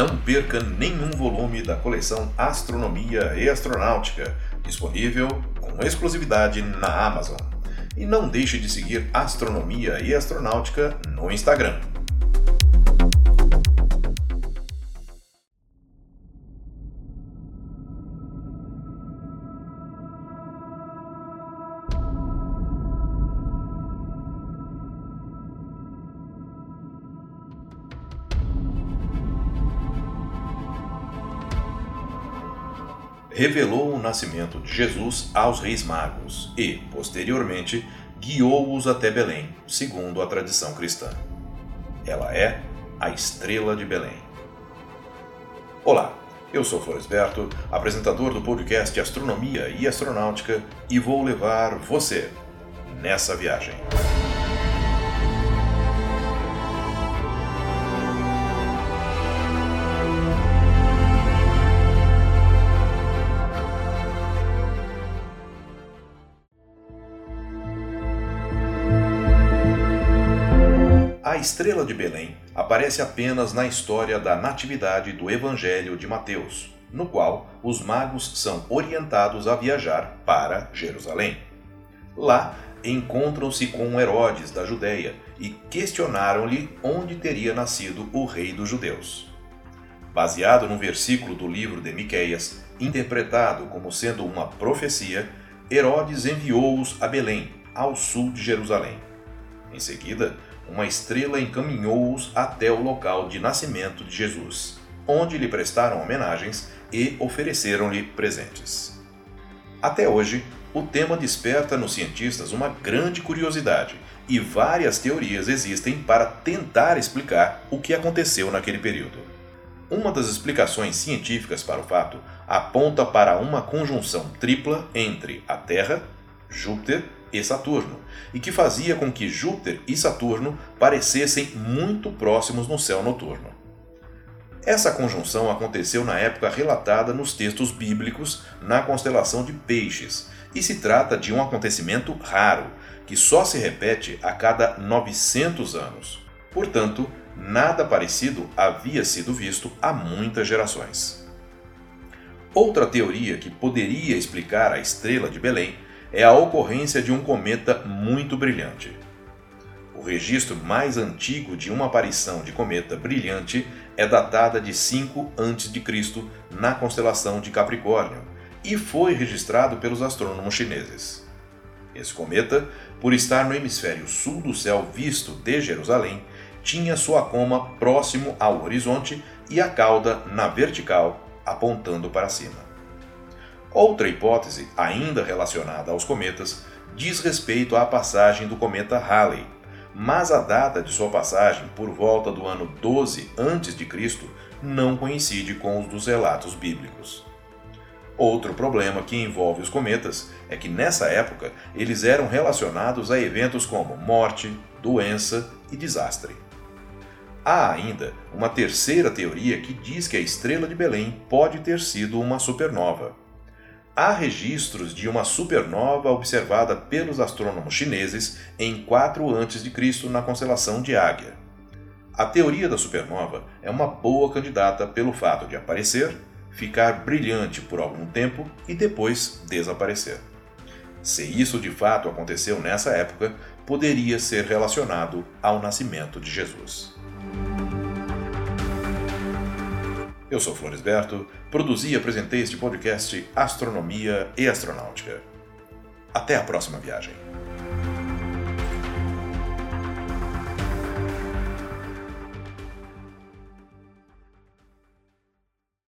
Não perca nenhum volume da coleção Astronomia e Astronáutica, disponível com exclusividade na Amazon. E não deixe de seguir Astronomia e Astronáutica no Instagram. Revelou o nascimento de Jesus aos reis magos e, posteriormente, guiou-os até Belém, segundo a tradição cristã. Ela é a Estrela de Belém. Olá, eu sou Floresberto, apresentador do podcast Astronomia e Astronáutica, e vou levar você nessa viagem. A Estrela de Belém aparece apenas na história da Natividade do Evangelho de Mateus, no qual os magos são orientados a viajar para Jerusalém. Lá, encontram-se com Herodes da Judéia e questionaram-lhe onde teria nascido o rei dos judeus. Baseado num versículo do livro de Miqueias, interpretado como sendo uma profecia, Herodes enviou-os a Belém, ao sul de Jerusalém. Em seguida, uma estrela encaminhou-os até o local de nascimento de Jesus, onde lhe prestaram homenagens e ofereceram-lhe presentes. Até hoje, o tema desperta nos cientistas uma grande curiosidade e várias teorias existem para tentar explicar o que aconteceu naquele período. Uma das explicações científicas para o fato aponta para uma conjunção tripla entre a Terra, Júpiter e Saturno, e que fazia com que Júpiter e Saturno parecessem muito próximos no céu noturno. Essa conjunção aconteceu na época relatada nos textos bíblicos na constelação de Peixes, e se trata de um acontecimento raro, que só se repete a cada 900 anos. Portanto, nada parecido havia sido visto há muitas gerações. Outra teoria que poderia explicar a Estrela de Belém é a ocorrência de um cometa muito brilhante. O registro mais antigo de uma aparição de cometa brilhante é datada de 5 a.C. na constelação de Capricórnio e foi registrado pelos astrônomos chineses. Esse cometa, por estar no hemisfério sul do céu visto de Jerusalém, tinha sua coma próximo ao horizonte e a cauda na vertical, apontando para cima. Outra hipótese, ainda relacionada aos cometas, diz respeito à passagem do cometa Halley, mas a data de sua passagem, por volta do ano 12 a.C., não coincide com os dos relatos bíblicos. Outro problema que envolve os cometas é que nessa época eles eram relacionados a eventos como morte, doença e desastre. Há ainda uma terceira teoria que diz que a Estrela de Belém pode ter sido uma supernova. Há registros de uma supernova observada pelos astrônomos chineses em 4 a.C. na constelação de Águia. A teoria da supernova é uma boa candidata pelo fato de aparecer, ficar brilhante por algum tempo e depois desaparecer. Se isso de fato aconteceu nessa época, poderia ser relacionado ao nascimento de Jesus. Eu sou Floresberto, produzi e apresentei este podcast Astronomia e Astronáutica. Até a próxima viagem.